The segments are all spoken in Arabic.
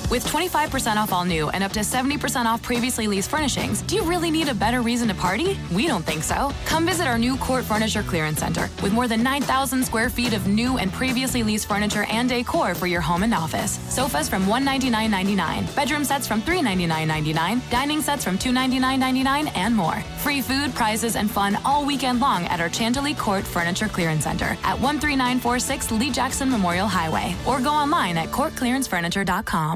With 25% off all new and up to 70% off previously leased furnishings, do you really need a better reason to party? We don't think so. Come visit our new Court Furniture Clearance Center with more than 9,000 square feet of new and previously leased furniture and decor for your home and office. Sofas from $199.99, bedroom sets from $399.99, dining sets from $299.99, and more. Free food, prizes, and fun all weekend long at our Chantilly Court Furniture Clearance Center at 13946 Lee Jackson Memorial Highway, or go online at courtclearancefurniture.com.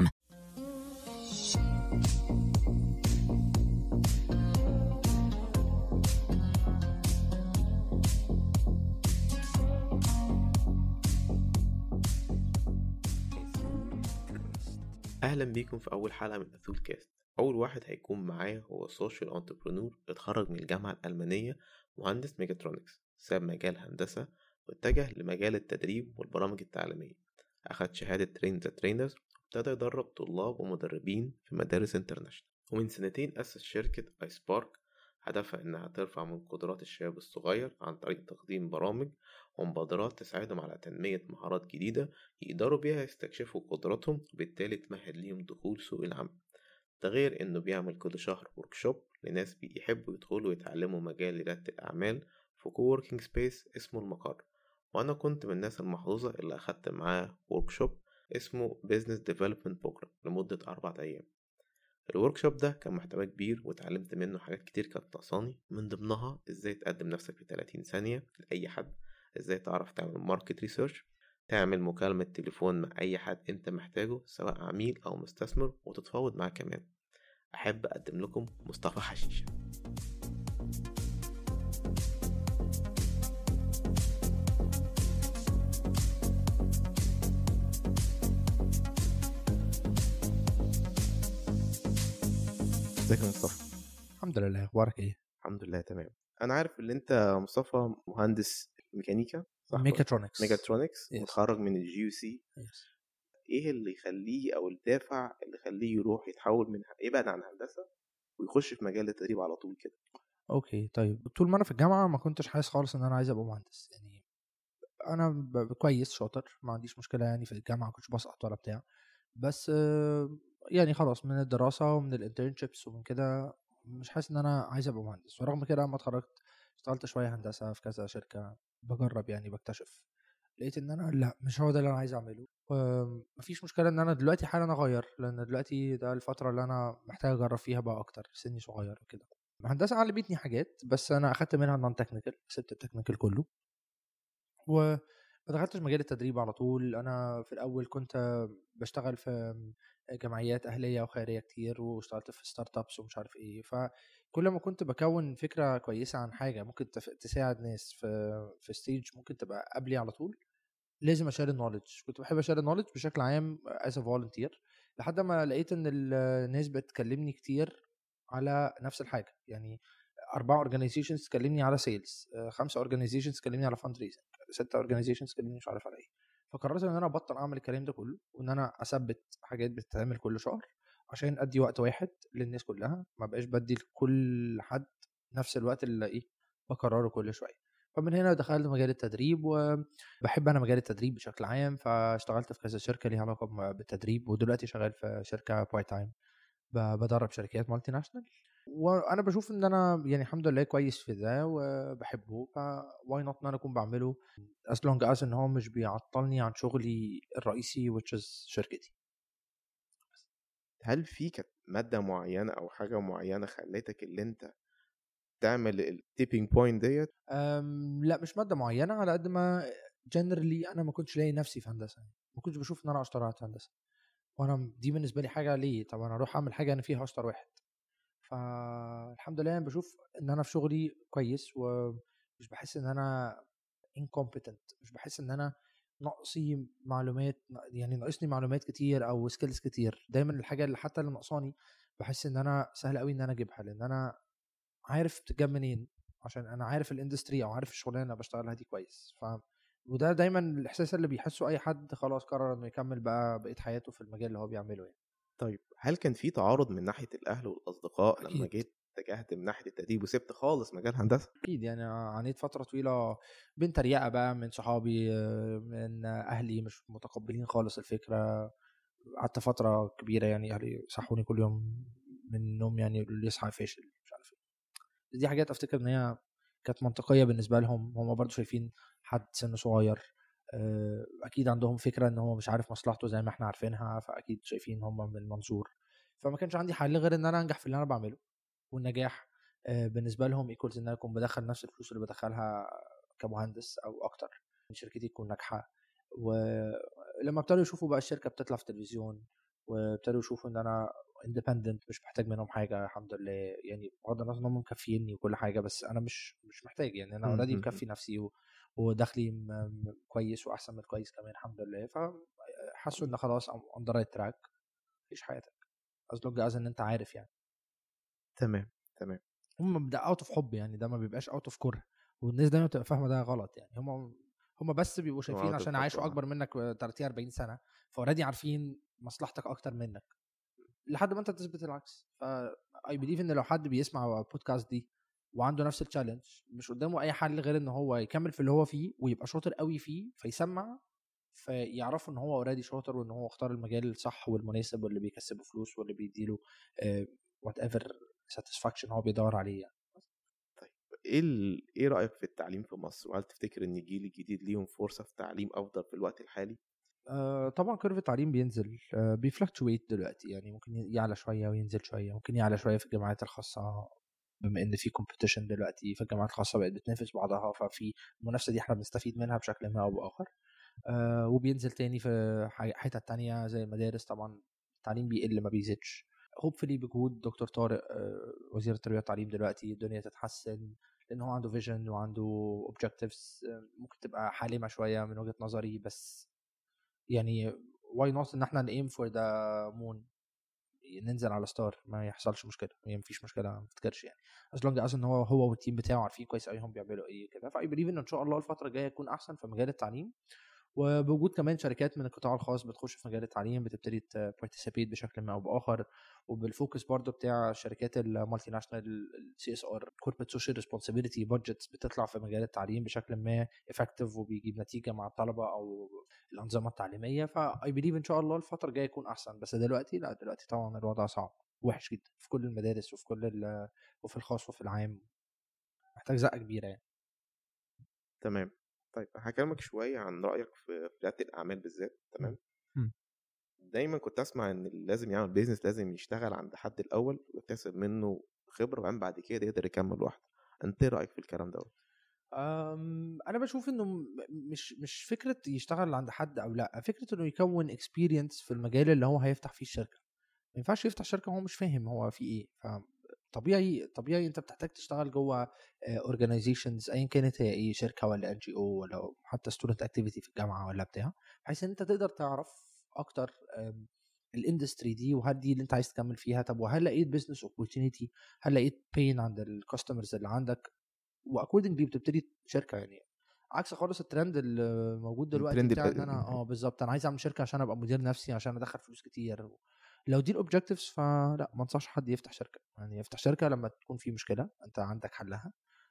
اهلا بيكم في اول حلقه من اثول كاست. اول واحد هيكون معايا هو سوشيال انتربرونور اتخرج من الجامعه الالمانيه، مهندس ميجاترونكس، ساب مجال هندسه واتجه لمجال التدريب والبرامج التعليميه. اخد شهاده ترين ذا ترينرز وابتدى يدرب طلاب ومدربين في مدارس انترناشونال، ومن سنتين اسس شركه اي سبارك هدفها انها ترفع من قدرات الشباب الصغير عن طريق تقديم برامج ومبادرات تساعدهم على تنمية مهارات جديدة يقدروا بيها يستكشفوا قدراتهم، وبالتالي تمهد ليهم دخول سوق العمل. ده غير انه بيعمل كل شهر وركشوب لناس بيحبوا يدخلوا ويتعلموا مجال ريادة الأعمال في كووركينج سبيس اسمه المقر. وانا كنت من الناس المحظوظة اللي اخدت معاه وركشوب اسمه Business Development Program لمدة 4 أيام. الوركشوب ده كان محتوى كبير واتعلمت منه حاجات كتير كانت ناقصاني، من ضمنها ازاي تقدم نفسك في 30 ثانية لأي حد، ازاي تعرف تعمل ماركت ريسيرش، تعمل مكالمة تليفون مع أي حد انت محتاجه سواء عميل أو مستثمر، وتتفاوض معاه كمان. أحب أقدم لكم مصطفى حشيش. ازيك يا مصطفى؟ الحمد لله. اخبارك ايه؟ الحمد لله تمام. انا عارف ان انت مصطفى مهندس ميكانيكا، صح؟ ميكاترونكس Yes. متخرج من الجي يو سي. Yes. ايه اللي يخليه او الدافع اللي يخليه يروح يتحول من يبعد عن هندسة ويخش في مجال التدريب على طول كده؟ اوكي، طيب طول ما انا في الجامعه ما كنتش حاسس خالص ان انا عايز ابقى مهندس. يعني انا كويس شاطر، ما عنديش مشكله يعني في الجامعه، ما كنتش بسقط ولا بتاع، بس يعني خلاص من الدراسه ومن الانترنشيبس ومن كده مش حاسس ان انا عايز ابقى مهندس. ورغم كده لما اتخرجت اشتغلت شويه هندسه في كذا شركه، بجرب يعني بكتشف، لقيت ان انا لا، مش هو ده اللي انا عايز اعمله. مفيش مشكله ان انا دلوقتي حالا اغير، لان دلوقتي ده الفتره اللي انا محتاج اجرب فيها بقى اكتر، سني صغير وكده. الهندسه علمتني حاجات بس انا اخدت منها نون تكنيكال، سبت التكنيكال كله وما دخلتش مجال التدريب على طول. انا في الاول كنت بشتغل في جمعيات اهليه وخيريه كتير، واشتغلت في ستارت ابس ومش عارف ايه. فكل ما كنت بكون فكره كويسه عن حاجه ممكن تساعد ناس في ستيج ممكن تبقى قبلي على طول، لازم اشير النولج. كنت بحب اشير النولج بشكل عام as a volunteer، لحد ما لقيت ان الناس بتكلمني كتير على نفس الحاجه. يعني 4 organizations تكلمني على sales، 5 organizations تكلمني على fundraising، 6 organizations تكلمني مش عارف على ايه. فقررت ان انا ابطل اعمل الكلام ده كله، وان انا اثبت حاجات بتتعمل كل شهر عشان ادي وقت واحد للناس كلها، ما بقاش بدي لكل حد نفس الوقت اللي ايه بكرره كل شويه. فمن هنا دخلت مجال التدريب، وبحب انا مجال التدريب بشكل عام. فاشتغلت في كذا شركه ليها علاقه بالتدريب، ودلوقتي شغال في شركه باي تايم بدرب شركات مالتي ناشونال. وانا بشوف ان انا يعني الحمد لله كويس في ده وبحبه، فواي نوت ان انا اكون بعمله as long as ان هو مش بيعطلني عن شغلي الرئيسي which is شركتي. هل في كانت مادة معينة او حاجة معينة خلتك اللي انت تعمل التيبينج بوينت ديت؟ لا مش ماده معينه، على قد ما جنرالي انا ما كنتش لاقي نفسي في هندسه، ما كنتش بشوف ان انا اشطر واحد في هندسه. وانا دي بالنسبه لي حاجه ليه؟ طب انا اروح اعمل حاجه انا فيها اشطر واحد. فالحمد لله انا بشوف ان انا في شغلي كويس، ومش بحس ان انا incompetent، مش بحس ان انا ناقصي معلومات، يعني ناقصني معلومات كتير او سكيلز كتير. دايما الحاجه اللي حتى اللي ناقصاني بحس ان انا سهل قوي ان انا اجيبها، لان انا عارف تجيب منين، عشان انا عارف الاندستري او عارف الشغلانه اللي بشتغلها دي كويس. وده دايما الاحساس اللي بيحسه اي حد خلاص قرر انه يكمل بقى بقيه حياته في المجال اللي هو بيعمله يعني. طيب هل كان في تعارض من ناحية الأهل والأصدقاء لما أكيد. جيت اتجهت من ناحية التدريب وسبت خالص مجال هندسة؟ اكيد، يعني عانيت فتره طويله بين تريقه بقى من صحابي، من اهلي مش متقبلين خالص الفكره، قعدت فتره كبيره يعني اهلي صحوني كل يوم من النوم، يعني يقولوا لي اصحى فاشل مش عارف ايه. دي حاجات افتكر ان هي كانت منطقيه بالنسبه لهم، هم برضو شايفين حد سنه صغير اكيد عندهم فكره ان هو مش عارف مصلحته زي ما احنا عارفينها، فاكيد شايفين هم من منظور. فما كانش عندي حل غير ان انا انجح في اللي انا بعمله، والنجاح بالنسبه لهم ايكوالز ان انا اكون بدخل نفس الفلوس اللي بدخلها كمهندس او اكتر، ان شركتي تكون ناجحه. ولما ابتدوا يشوفوا بقى الشركه بتطلع في التلفزيون، وابتدوا يشوفوا ان انا اندبندنت مش محتاج منهم حاجه الحمد لله، يعني بغض النظر ان هم مكفيني وكل حاجه، بس انا مش محتاج، يعني انا اوريدي مكفي نفسي ودخلي كويس واحسن من كويس كمان الحمد لله. فحسوا ان خلاص اندر التراك، عيش حياتك از لونج از ان انت عارف يعني. تمام تمام. هم ده اوت اوف حب يعني، ده ما بيبقاش اوت اوف كره، والناس دايما بتبقى فاهمه ده غلط يعني. هم بس بيبقوا شايفين عشان عايشوا اكبر منك 30 40 سنه، فاوريدي عارفين مصلحتك اكتر منك لحد ما انت تثبت العكس. ف اي بليف ان لو حد بيسمع البودكاست دي وعنده نفس التشالنج، مش قدامه اي حل غير ان هو يكمل في اللي هو فيه ويبقى شاطر قوي فيه، فيسمع فيعرفوا ان هو اوريدي شاطر، وان هو اختار المجال الصح والمناسب واللي بيكسبه فلوس واللي بيديله وات ايفر ساتسفاكشن هو بيدور عليه يعني. طيب ايه رأيك في التعليم في مصر؟ وهل تفتكر ان الجيل الجديد ليهم فرصة في تعليم افضل في الوقت الحالي؟ طبعا كيرف التعليم بينزل بيفلكتويت دلوقتي، يعني ممكن يعلى شويه وينزل شويه، ممكن يعلى شويه في الجامعات الخاصه بما ان في كومبيتيشن دلوقتي، فالجامعات الخاصه بقت بتنافس بعضها، ففي المنافسه دي احنا بنستفيد منها بشكل ما او باخر. وبينزل تاني في حتت تانية زي المدارس. طبعا التعليم بيقل ما بيزيدش، هوبفلي بجهود دكتور طارق وزير التربيه والتعليم دلوقتي الدنيا تتحسن، لان هو عنده فيجن وعنده اوبجكتيفز ممكن تبقى حالمه شويه من وجهه نظري، بس يعني واي نوت ان احنا نايم فور ذا مون، ننزل على ستار ما يحصلش مشكله، يعني مفيش مشكله ما افتكرش يعني، از لونج از ان هو والتيم بتاعه عارفين كويس قوي هم بيعملوا ايه كده. فاي بليف ان شاء الله الفتره الجايه يكون احسن في مجال التعليم، وبوجود كمان شركات من القطاع الخاص بتخش في مجال التعليم بتبتدي تبارتيسيبيت بشكل ما او باخر، وبالفوكس برضو بتاع شركات المالتي ناشونال السي اس ار كوربريت سوشيال ريسبونسابيلتي بادجتس بتطلع في مجال التعليم بشكل ما افكتيف وبيجيب نتيجه مع الطلبه او الانظمه التعليميه. فاي بليف ان شاء الله الفتره الجايه يكون احسن، بس دلوقتي لا، دلوقتي طبعا الوضع صعب وحش جدا في كل المدارس وفي كل وفي الخاص وفي العام، محتاج زقه كبيره يعني. تمام. طيب هكلمك شوية عن رأيك في ريادة الأعمال بالذات. تمام. دايما كنت أسمع إن اللي لازم يعمل بيزنس لازم يشتغل عند حد الأول ويكتسب منه خبرة، وبعدين بعد كده يقدر يكمل لوحده. أنت إيه رأيك في الكلام ده؟ انا بشوف انه مش فكره يشتغل عند حد او لا، فكره انه يكون اكسبيرينس في المجال اللي هو هيفتح فيه الشركه. ما ينفعش يفتح شركه وهو مش فاهم هو في ايه. طبيعي انت بتحتاج تشتغل جوه اورجانيزيشنز ايا كانت هي ايه، شركه ولا ان جي او ولا حتى ستودنت اكتيفيتي في الجامعه ولا بتاع، بحيث ان انت تقدر تعرف اكتر الاندستري دي، وهل دي اللي انت عايز تكمل فيها. طب وهل لقيت بزنس اوبورتونيتي، هل لقيت بين عند الكاستمرز اللي عندك، واكوردنجلي بتبتدي شركه يعني. عكس خالص الترند اللي موجود دلوقتي بتاع ان انا بالظبط انا عايز اعمل شركه عشان ابقى مدير نفسي عشان ادخل فلوس كتير. لو دي الاوبجكتيفز فلا، ما انصحش حد يفتح شركه. يعني يفتح شركه لما تكون في مشكله انت عندك حلها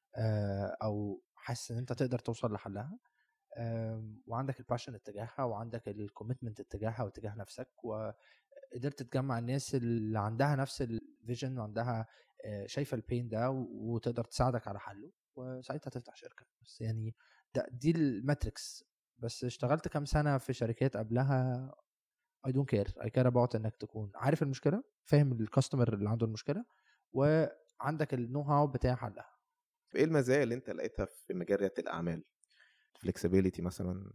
او حاسس ان انت تقدر توصل لحلها، وعندك الباشن اتجاهها وعندك الكوميتمنت اتجاهها واتجاه نفسك، وقدرت تجمع الناس اللي عندها نفس الفيجن وعندها شايفه البين ده وتقدر تساعدك على حله، وساعتها تفتح شركه. بس يعني دي الماتريكس. بس اشتغلت كام سنه في شركات قبلها I don't care I care about انك تكون عارف المشكله، فاهم الكاستمر اللي عنده المشكله، وعندك النو هاو بتاع حلها. ايه المزايا اللي انت لقيتها في مجال ريادة الاعمال؟ فليكسيبيليتي مثلا؟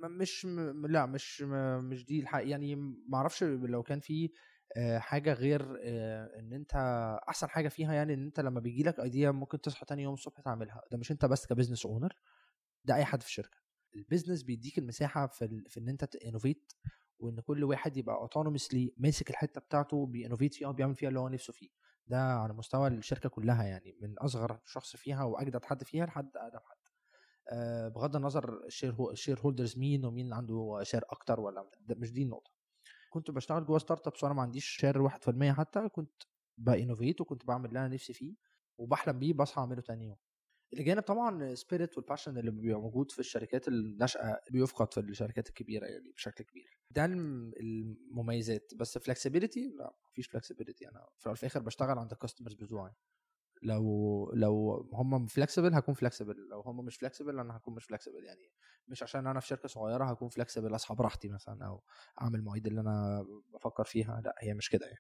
لا مش دي الحقيقة يعني. ما اعرفش لو كان في حاجه غير ان انت احسن حاجه فيها، يعني ان انت لما بيجي لك ايديا ممكن تصحى تاني يوم الصبح تعملها. ده مش انت بس كبزنس اونر، ده اي حد في الشركه. البيزنس بيديك المساحه في ان انت تانوفيت، وان كل واحد يبقى اوتونومسلي ماسك الحته بتاعته بيانوفيت فيها وبيعمل فيها اللي هو نفسه فيه. ده على مستوى الشركه كلها، يعني من اصغر شخص فيها واجدد حد فيها لحد اقدم حد. بغض النظر الشير هولدرز مين ومين عنده شير اكتر ولا مش دي النقطه. كنت بشتغل جوه ستارت ابس وانا ما عنديش شير 1% حتى، كنت بانوفيت وكنت بعمل اللي انا نفسي فيه وبحلم بيه بصحى اعمله تاني يوم. الجانب طبعا سبيريت والباشن اللي بيبقى موجود في الشركات الناشئه بيفقد في الشركات الكبيره يعني بشكل كبير. ده المميزات. بس فلكسبيليتي لا، مفيش فلكسبيليتي. انا في الاخر بشتغل عند الكاستمرز بتوعي. لو هم فلكسبل هكون فلكسبل، لو هم مش فلكسبل انا هكون مش فلكسبل. يعني مش عشان انا في شركه صغيره هكون فلكسبل اصحى براحتي مثلا او اعمل المواعيد اللي انا بفكر فيها، لا هي مش كده يعني.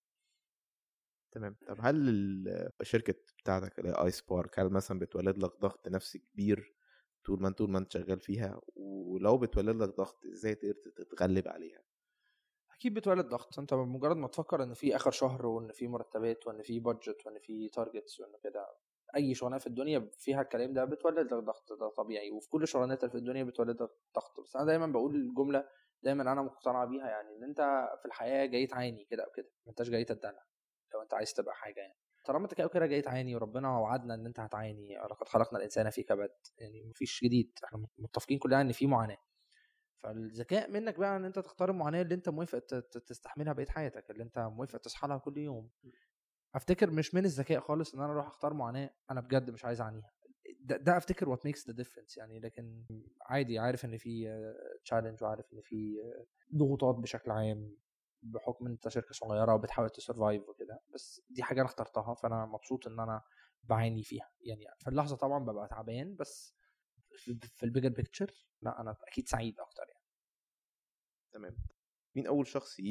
تمام. طب هل الشركة بتاعتك اللي هي اي سبارك هل مثلا بتولد لك ضغط نفسي كبير طول ما انت شغال فيها؟ ولو بتولد لك ضغط ازاي قدرت تتغلب عليها؟ اكيد بتولد ضغط. انت مجرد ما تفكر ان في اخر شهر وان في مرتبات وان في بادجت وان في تارجتس وان كده، اي شغلانه في الدنيا فيها الكلام ده بتولد لك ضغط. ده طبيعي وفي كل الشغلانات اللي في الدنيا بتولد لك ضغط. بس انا دايما بقول الجمله دايما انا مقتنع بيها، يعني ان انت في الحياه جاي تعاني كده او كده، ما انتش جاي تدلع. لو انت عايز تبقى حاجه يعني طالما انت كده جاي تعاني وربنا وعدنا ان انت هتعاني، لقد خلقنا الانسان في كبد، يعني مفيش جديد، احنا متفقين كلنا ان في معاناه. فالذكاء منك بقى ان انت تختار المعاناه اللي انت موافق تستحملها بقيه حياتك، اللي انت موافق تصحى لها كل يوم. افتكر مش من الذكاء خالص ان انا اروح اختار معاناه انا بجد مش عايز اعانيها. ده افتكر what makes the difference يعني. لكن عادي، عارف ان في تشالنج وعارف ان في ضغوطات بشكل عام بحكم ان انت شركه صغيره وبتحاول تسرفايف وكده، بس دي حاجه انا اخترتها فانا مبسوط ان انا بعاني فيها. يعني في اللحظه طبعا ببقى تعبان، بس في البيجر بيكتشر لا انا اكيد سعيد اكتر يعني. تمام. مين اول شخص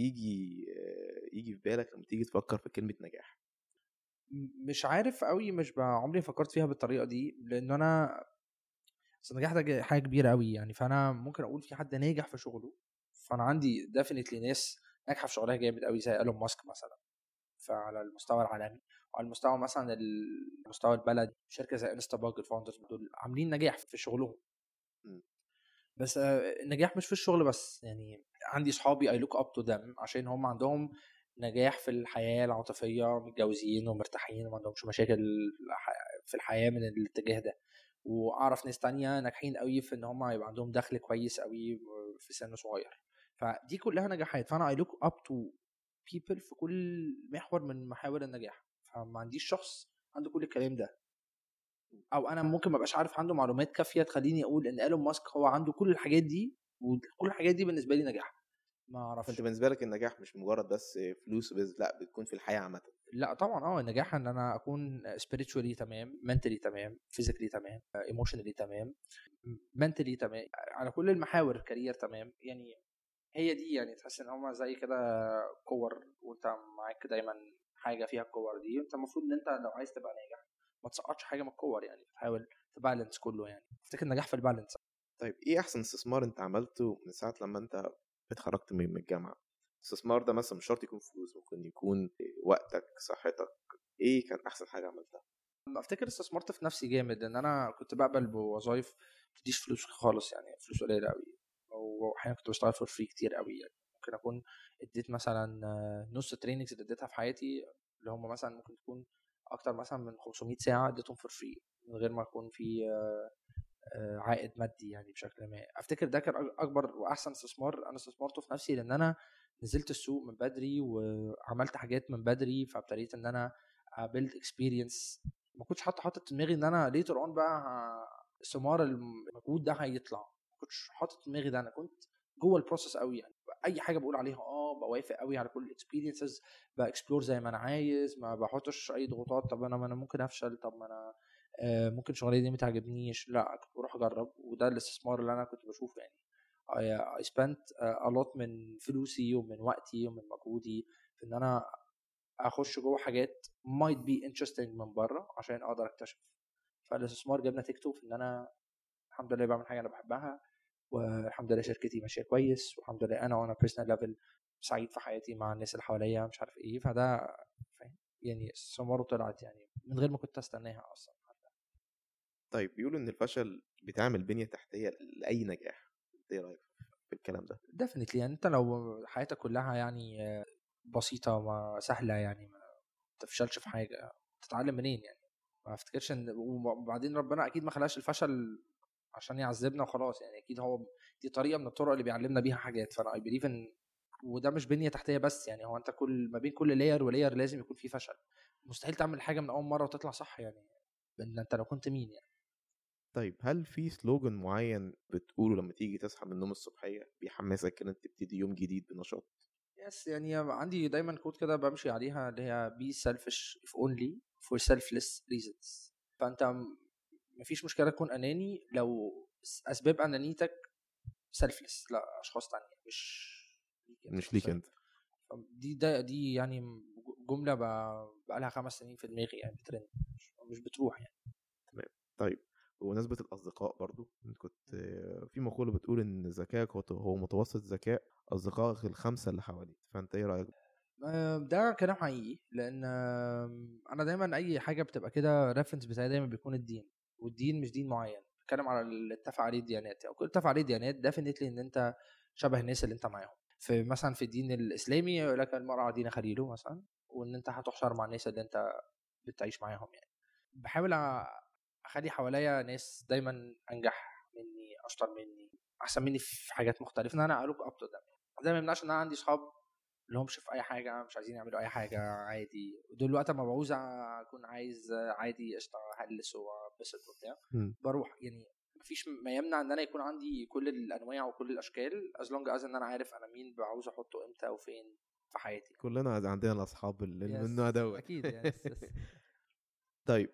يجي في بالك لما تيجي تفكر في كلمة نجاح؟ مش عارف قوي، مش عمري فكرت فيها بالطريقه دي، لان انا بس النجاح ده حاجه كبيره قوي يعني. فانا ممكن اقول في حد ناجح في شغله، فانا عندي ديفينتلي ناس ناجحه في شغلها جامد قوي زي ايلون ماسك مثلا، فعلى المستوى العالمي. وعلى المستوى مثلا المستوى البلدي شركه زي انستا باج الفاوندرز دول عاملين نجاح في شغلهم. بس النجاح مش في الشغل بس يعني. عندي صحابي اي لوك اب تو ذم عشان هم عندهم نجاح في الحياه العاطفيه، متجوزين ومرتاحين وما عندهمش مشاكل في الحياه من الاتجاه ده. واعرف ناس تانية ناجحين قوي في ان هم يبقى عندهم دخل كويس قوي في سن صغير. فدي كلها نجاحات. فانا اي لوك اب تو بيبل في كل محور من محاور النجاح. فما عنديش شخص عنده كل الكلام ده، او انا ممكن ما ابقاش عارف عنده معلومات كافيه تخليني اقول ان ايلون ماسك هو عنده كل الحاجات دي وكل الحاجات دي بالنسبه لي نجاح. ما فانت اعرفش. بالنسبة لك النجاح مش مجرد بس فلوس بس، لا بتكون في الحياة عامة. لا طبعا النجاح ان انا اكون spiritually تمام، mentally تمام، physically تمام، emotionally تمام، mentally تمام، على كل المحاور، كارير تمام يعني. هي دي يعني تحس ان هما زي كده كور، وانت معاك دايما حاجه فيها الكور دي. انت المفروض ان انت لو عايز تبقى ناجح ما تسقطش حاجه من الكور يعني، تحاول تبالانس كله يعني. افتكر النجاح في البالانس. طيب ايه احسن استثمار انت عملته من ساعة لما انت اتخرجت من الجامعة؟ الاستثمار ده مثلا مش شرط يكون فلوس، ممكن يكون وقتك، صحتك. ايه كان احسن حاجة عملتها؟ افتكر استثمرت في نفسي جامد، ان انا كنت بقبل بوظايف بتديش فلوس خالص يعني، فلوس قليله قوي. واحيانا كنت بشتغل فور فري كتير قوي يعني. ممكن اكون اديت مثلا نص التريننجز اللي اديتها في حياتي، اللي هم مثلا ممكن تكون اكتر مثلا من 500 ساعه اديتهم فور فري من غير ما يكون في عائد مادي يعني بشكل ما. افتكر ده كان اكبر واحسن استثمار انا استثمرته في نفسي، لان انا نزلت السوق من بدري وعملت حاجات من بدري، فابتديت ان انا build experience. ما كنتش حاطط في دماغي ان انا later on بقى ثمار المجهود ده هيطلع. ما كنتش حاطط في دماغي ده، انا كنت جوه البروسيس قوي يعني. اي حاجه بقول عليها بوافق قوي على كل الاكسبيرينسز، باكسبلور زي ما انا عايز، ما بحطش اي ضغوطات. طب انا ما انا ممكن افشل، طب ما انا ممكن الشغلانه دي ما تعجبنيش، لا كنت بروح اجرب. وده الاستثمار اللي انا كنت بشوفه يعني. I spent a lot من فلوسي ومن وقتي ومن مجهودي في ان انا اخش جوه حاجات might be interesting من بره عشان اقدر اكتشف. فالاستثمار جاب نتيجته في ان انا الحمد لله بعمل حاجه انا بحبها، والحمد لله شركتي ماشيه كويس، والحمد لله انا وانا بيرسونال ليفل سعيد في حياتي مع الناس اللي حواليا مش عارف ايه. فده فاهم يعني ثماره طلعت يعني من غير ما كنت استناها اصلا. طيب بيقولوا ان الفشل بتعمل بنية تحتية لأي نجاح، ايه رأيك في الكلام ده؟ ديفنتلي يعني. انت لو حياتك كلها يعني بسيطه وسهله يعني ما تفشلش في حاجه، تتعلم منين يعني؟ ما افتكرش ان. وبعدين ربنا اكيد ما خلاش الفشل عشان يعذبنا وخلاص يعني. اكيد هو دي طريقه من الطرق اللي بيعلمنا بيها حاجات. فانا اي بليف ان وده مش بنيه تحتيه بس يعني. هو انت كل ما بين كل لاير ولاير لازم يكون في فشل. مستحيل تعمل حاجه من اول مره وتطلع صح يعني. ان انت لو كنت مين يعني. طيب هل في سلوجن معين بتقوله لما تيجي تصحى من النوم الصبحية بيحمسك كده انت تبتدي يوم جديد بنشاط؟ يس، يعني عندي دايما كود كده بمشي عليها اللي هي be selfish if only for selfless reasons. فانت مفيش مشكله تكون اناني لو اسباب انانيتك selfless، لا اشخاص تانية مش ليك انت مش ليك شخصيا. انت. دي يعني جمله بقالها 5 سنين في دماغي يعني، بترند مش بتروح يعني. تمام. طيب بمناسبة الأصدقاء برضو، كنت في مقولة بتقول إن ذكائك هو متوسط ذكاء أصدقائك الخمسة اللي حواليك، فأنت إيه رأيك؟ ده كلام حقيقي، لان انا دايما اي حاجه بتبقى كده ريفرنس بتاعي دايما بيكون الدين، والدين مش دين معين، بتكلم على اللي اتفق عليه الديانات، او كل اتفق عليه الديانات ديفينتلي ان انت شبه الناس اللي انت معاهم. في مثلا في الدين الاسلامي يقول لك المرء دين خليله مثلا، وان انت هتحشر مع الناس اللي انت بتعيش معاهم يعني. بحاول اخلي حواليا ناس دايما انجح مني، اشطر مني، احسن مني في حاجات مختلفه، ان انا الوك اب تو ده. ده ما يمنعش ان انا عندي صحاب لهمش في اي حاجه، مش عايزين يعملوا اي حاجه عادي، دول وقت ما بعوز اكون عايز عادي قشطه هلس وبسط وبتاع مم. بروح يعني. مفيش ما يمنع ان انا يكون عندي كل الانواع وكل الاشكال as long as ان انا عارف انا مين بعوز احطه امتى وفين في حياتي. كلنا عندنا الأصحاب اللي من النوع دوت. اكيد يعني yes. طيب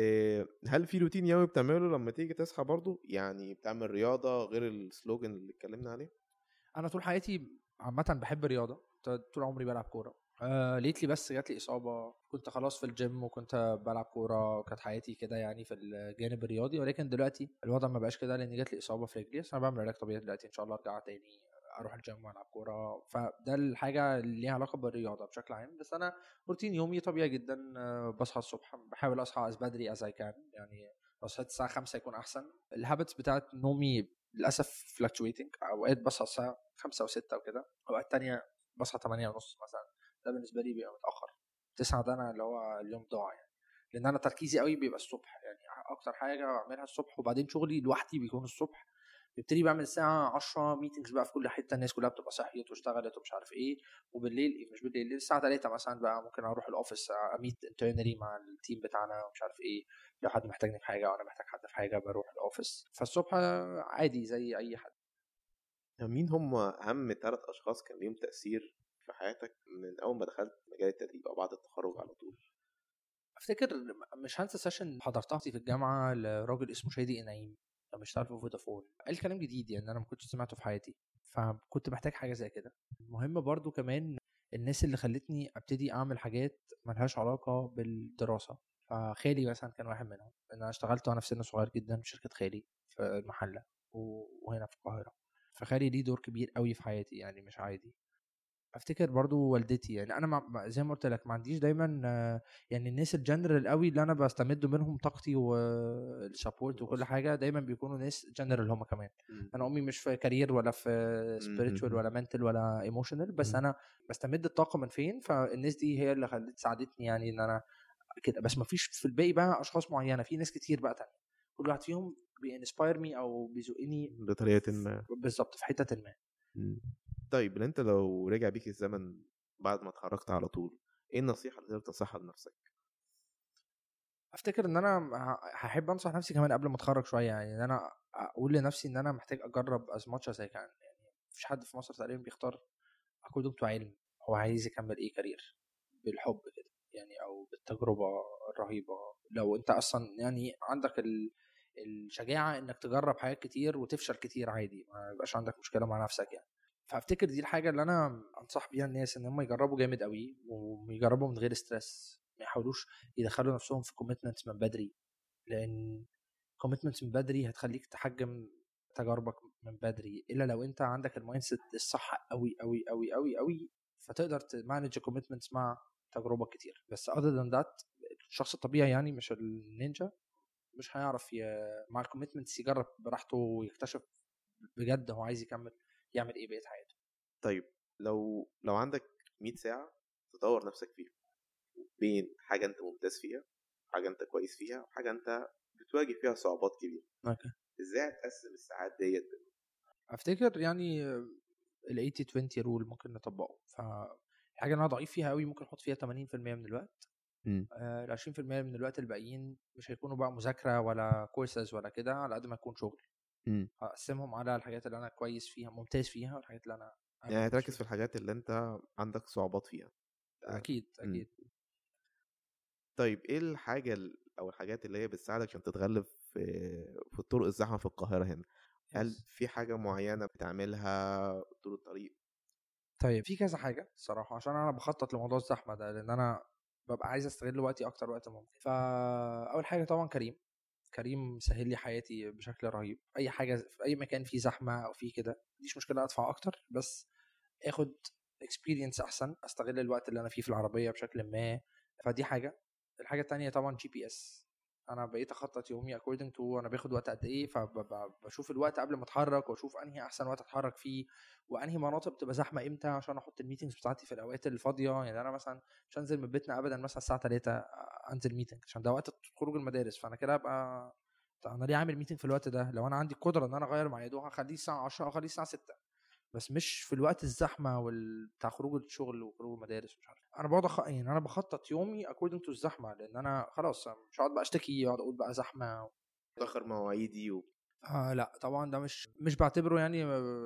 هل في روتين يومي بتعمله لما تيجي تصحى برضو؟ يعني بتعمل رياضة غير السلوجن اللي اتكلمنا عليه؟ انا طول حياتي عامه بحب الرياضه، طول عمري بلعب كوره. ليتلي بس جات لي اصابه، كنت خلاص في الجيم وكنت بلعب كوره وكانت حياتي كده يعني في الجانب الرياضي، ولكن دلوقتي الوضع ما بقاش كده لان جات لي اصابه في رجلي، بس انا بعمل علاج طبيعي دلوقتي ان شاء الله ارجع تاني اروح الجيم والعب كوره. فده الحاجه اللي ليها علاقه بالرياضه بشكل عام. بس انا روتين يومي طبيعي جدا، بصحى الصبح، بحاول اصحى از بدري از اي كان يعني، لو صحيت الساعه 5 يكون احسن. الهابتس بتاعت نومي للاسف فلكتويتنج، اوقات بصحى الساعه 5 و6 وكده، اوقات تانية بصحى 8 ونص مثلا. ده بالنسبه لي بيبقى متاخر. 9 ده انا اللي هو اليوم ضاع يعني، لان انا تركيزي قوي بيبقى الصبح يعني، اكتر حاجه بعملها الصبح، وبعدين شغلي لوحدي بيكون الصبح. ببتدي بعمل الساعه 10 ميتنجز بقى في كل حته، الناس كلها بتبقى صحيت واشتغلت ومش عارف ايه. وبالليل مش بالليل، الساعه 3 مثلا بقى ممكن اروح الاوفيس اميت انترنالي مع التيم بتاعنا ومش عارف ايه، لو حد محتاجني في حاجه وانا محتاج حد في حاجه بروح الاوفيس. فالصبح عادي زي اي حد. مين هم أهم 3 أشخاص كان ليهم تأثير في حياتك من أول ما دخلت مجال التدريب أو بعد التخرج على طول؟ افتكر مش هنسى سيشن حضرتها في الجامعه لراجل اسمه شادي انعيم، كان بيشتغل في فودافون، قال كلام جديد يعني انا ما كنتش سمعته في حياتي، فكنت محتاج حاجه زي كده. مهم برضو كمان الناس اللي خلتني ابتدي اعمل حاجات ملهاش علاقه بالدراسه. فخالي مثلا كان واحد منهم، انا اشتغلت وانا في سن صغير جدا في شركه خالي في المحله وهنا في القاهره. فخالي ليه دور كبير قوي في حياتي يعني مش عادي. افتكر برضو والدتي، يعني انا زي ما قلت لك ما عنديش دايما يعني الناس الجنرال قوي اللي انا بستمد منهم طاقتي والسبورت وكل حاجه، دايما بيكونوا ناس جنرال هم كمان. انا امي مش في كارير ولا في سبيريتشوال ولا منتال ولا ايموشنال، بس انا بستمد الطاقه من فين، فالناس دي هي اللي ساعدتني يعني ان انا كده. بس ما فيش في الباقي بقى اشخاص معينه، في ناس كتير بقى تانية كل واحد فيهم بينسباير مي او بيزقني بطريقة ما. بالظبط في حته ما. طيب انت لو رجع بيك الزمن بعد ما اتخرجت على طول، ايه النصيحة اللي تقدر تنصحها لنفسك؟ افتكر ان انا هحب انصح نفسي كمان قبل ما اتخرج شويه، يعني ان انا اقول لنفسي ان انا محتاج اجرب از ماتش از كان يعني. مفيش حد في مصر تقريبا بيختار كلهم بتوع علم، هو عايز يكمل ايه كارير بالحب كده يعني، او بالتجربه الرهيبه. لو انت اصلا يعني عندك الشجاعه انك تجرب حاجات كتير وتفشل كتير عادي، ما يبقاش عندك مشكله مع نفسك يعني. فافتكر دي الحاجه اللي انا انصح بيها الناس، ان هم يجربوا جامد قوي ويجربوا من غير ستريس، ما يحاولوش يدخلوا نفسهم في كوميتمنتس من بدري، لان كوميتمنتس من بدري هتخليك تحجم تجاربك من بدري، الا لو انت عندك المايند سيت الصح قوي قوي قوي قوي قوي، فتقدر تمانج كوميتمنتس مع تجربه كتير. بس other than that الشخص الطبيعي يعني مش النينجا مش هيعرف مع الكوميتمنتس يجرب براحته ويكتشف بجد هو عايز يكمل يعمل ايه بقية حياته. طيب لو عندك 100 ساعة تطور نفسك فيها بين حاجة انت ممتاز فيها، حاجة انت كويس فيها، وحاجة انت بتواجه فيها صعوبات كبيرة، اوكي. ازاي هتقسم الساعات ديت؟ افتكر يعني ال 80-20 رول ممكن نطبقه. فالحاجه اللي انا ضعيف فيها قوي ممكن احط فيها 80% من الوقت، ال 20% من الوقت الباقيين مش هيكونوا بقى مذاكره ولا كورسز ولا كده، على قد ما يكون شغل. هقسمهم على الحاجات اللي انا كويس فيها ممتاز فيها، والحاجات اللي انا يعني تركز في الحاجات اللي انت عندك صعوبات فيها. اكيد. طيب ايه الحاجه او الحاجات اللي هي بتساعدك عشان تتغلب في الطرق الزحمه في القاهره هنا؟ هل في حاجه معينه بتعملها طول الطريق؟ طيب في كذا حاجه صراحه، عشان انا بخطط لموضوع الزحمه ده، لان انا ببقى عايز استغل وقتي اكتر وقت ممكن. فاول حاجه طبعا كريم سهل لي حياتي بشكل رهيب. اي حاجه في اي مكان فيه زحمه او فيه كده مفيش مشكله ادفع اكتر، بس اخد اكسبيرينس احسن، استغل الوقت اللي انا فيه في العربيه بشكل ما. فدي حاجه. الحاجه التانية طبعا GPS. انا بقيت اخطط يومي according to انا باخد وقت قد ايه، فبشوف الوقت قبل ما اتحرك، واشوف انهي احسن وقت اتحرك فيه، وانهي مناطق بتبقى زحمه امتى، عشان احط الميتنجز بتاعتي في الاوقات الفاضيه. يعني انا مثلا مش هنزل من بيتنا ابدا مثلا الساعه 3 انزل ميتنج، عشان ده وقت خروج المدارس، فانا كده ابقى انا ليه عامل ميتنج في الوقت ده؟ لو انا عندي القدره ان انا اغير ميعاده هخليه الساعه 10 او اخليه الساعه 6، بس مش في الوقت الزحمه بتاع خروج الشغل وخروج المدارس. مش عارف، انا بقعد يعني انا بخطط يومي according to الزحمه، لان انا خلاص مش هقعد بقى اشتكي اقعد اقول بقى زحمه تاخر مواعيدي لا طبعا ده مش بعتبره يعني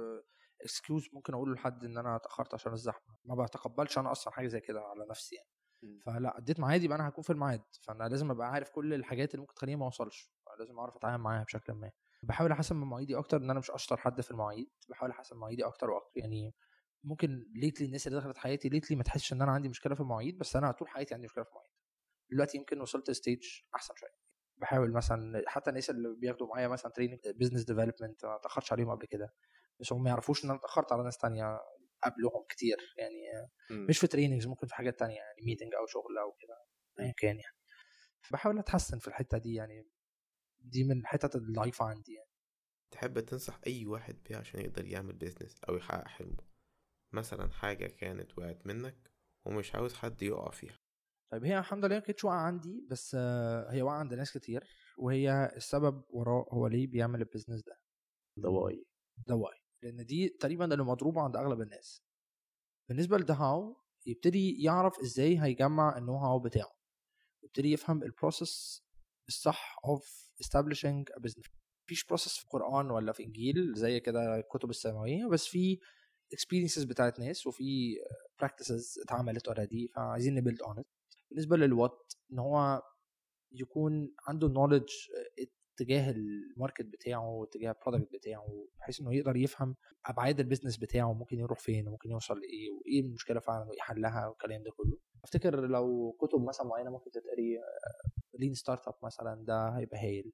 اكسكيوز ممكن اقوله لحد ان انا اتاخرت عشان الزحمه. ما بتقبلش انا اصلا حاجه زي كده على نفسي يعني. فلا اديت ميعادي يبقى انا هكون في الميعاد، فانا لازم ابقى عارف كل الحاجات اللي ممكن تخليني ما اوصلش، لازم اعرف اتعامل معاها بشكل ما. بحاول احسن من مواعيدي اكتر، ان انا مش اشطر حد في المواعيد، بحاول احسن مواعيدي اكتر واكتر. يعني ممكن ليتلي الناس اللي دخلت حياتي ليتلي ما تحسش ان انا عندي مشكله في المواعيد، بس انا طول حياتي عندي مشكله في المواعيد. دلوقتي يمكن وصلت ستيج احسن شويه. بحاول مثلا حتى الناس اللي بياخدوا معايا مثلا تريننج بزنس ديفلوبمنت ما اتاخرش عليهم قبل كده، بس هم ما يعرفوش ان انا اتاخرت على ناس تانية قبلهم كتير يعني. مش في تريننجز، ممكن في حاجات تانية يعني ميتنج او شغل او كده ايا كان يعني. بحاول اتحسن في الحته دي يعني، دي من الحتت الضعيفه عندي يعني. تحب تنصح اي واحد بيها عشان يقدر يعمل بيزنس او يحقق حلمه؟ مثلا حاجه كانت وقعت منك ومش عاوز حد يقع فيها. طيب هي الحمد لله ما كانتش واقعه عندي، بس هي واقعه عند ناس كتير، وهي السبب وراء هو ليه بيعمل البيزنس ده واي. لان دي تقريبا اللي مضروبه عند اغلب الناس. بالنسبه لده هاو يبتدي يعرف ازاي هيجمع النو هاو بتاعه، يبتدي يفهم البروسيس الصح of establishing a business. مفيش بروسيس في القرآن ولا في إنجيل زي كده الكتب السماوية، بس في experiences بتاعت ناس وفي practices اتعملت already، فعايزين نبيلد on it. بالنسبة للوات إن هو يكون عنده knowledge اتجاه الماركت بتاعه، اتجاه البرودكت بتاعه، بحيث انه يقدر يفهم ابعاد البيزنس بتاعه، ممكن يروح فين وممكن يوصل لايه وايه المشكله فعلا وايه حلها والكلام ده كله. افتكر لو كتب مثلا معينه ممكن تتقري لين ستارت اب مثلا، ده هيبقى هايل.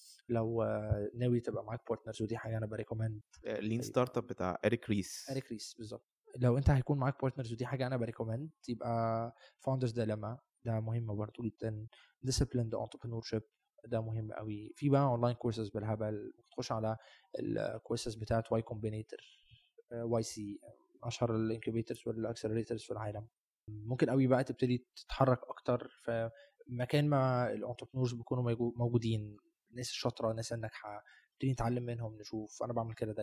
لو ناوي تبقى معاك بارتنرز، ودي حاجه انا بريكومند. لين ستارت اب بتاع إريك ريس بالظبط. لو انت هيكون معاك بارتنرز، ودي حاجه انا بريكومند، يبقى فاوندرز ديليما ده مهم برضه جدا. ديسيبليند انتربرينورشيب ده مهم قوي. في بقى اونلاين كورسز بالهبل، تخش على الكورسز بتاعت واي كومبينيتور YC، اشهر الانكيوبيتورز والاكسلريتورز في العالم. ممكن قوي بقى تبتدي تتحرك اكتر في مكان ما الانتربرينورز بيكونوا موجودين، الناس الشاطره، الناس الناجحه، نبتدي نتعلم منهم، نشوف. انا بعمل كده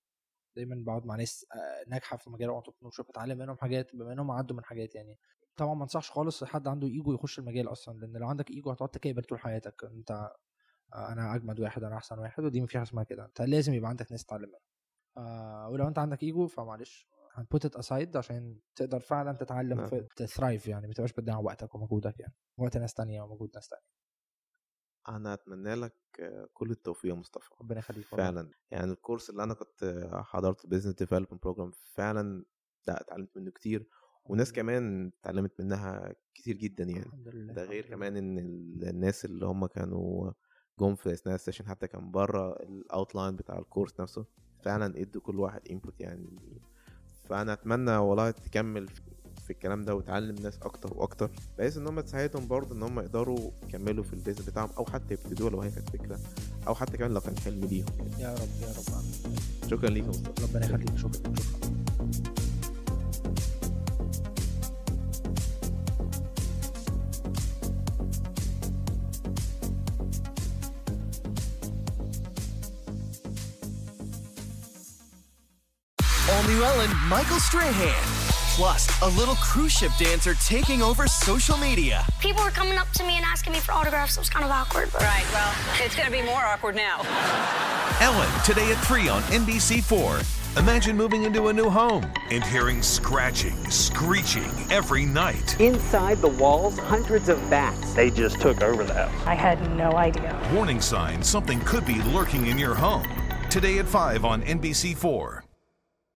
دايما بقعد مع ناس ناجحه في مجال الانتربرينورشيب، اتعلم منهم حاجات بما انهم عدوا من حاجات يعني. طبعا ما انصحش خالص حد عنده ايجو يخش المجال اصلا، لان لو عندك ايجو هتقعد تكابر طول حياتك، انت انا اجمد واحد، انا احسن واحد، ودي مفيش حاجه اسمها كده. انت لازم يبقى عندك ناس تتعلم منها. ولو انت عندك ايجو فمعلش هنبوت ات اسايد عشان تقدر فعلا تتعلم تثرايف يعني، ما تبقاش بتضيع وقتك ومجهودك يعني، وقت ناس تانية ومجهود ناس تانية. انا اتمنى لك كل التوفيق يا مصطفى، ربنا يخليك فعلا. يعني الكورس اللي انا كنت حضرت بيزنس ديفلوبمنت بروجرام فعلا ده اتعلمت منه كتير، وناس كمان اتعلمت منها كتير جدا يعني. ده غير كمان ان الناس اللي هم كانوا جم في اثناء السيشن حتى كان بره الاوتلاين بتاع الكورس نفسه، فعلا ادوا كل واحد انبوت يعني. فانا اتمنى والله تكمل في الكلام ده وتعلم ناس اكتر واكتر، بحيث ان هم تساعدهم برضه ان هم يقدروا يكملوا في البيزنس بتاعهم، او حتى يبتدوا لو هي كانت فكره، او حتى كمان لو كان حلم ليهم يعني. يا رب شكرا ليك يا مصطفى. ربنا يخليك. شكرا. All New Ellen, Michael Strahan. Plus, a little cruise ship dancer taking over social media. People were coming up to me and asking me for autographs. It was kind of awkward. But... Right, well, it's going to be more awkward now. Ellen, today at 3 on NBC4. Imagine moving into a new home and hearing scratching, screeching every night. Inside the walls, hundreds of bats. They just took over the house. I had no idea. Warning signs something could be lurking in your home. Today at 5 on NBC4.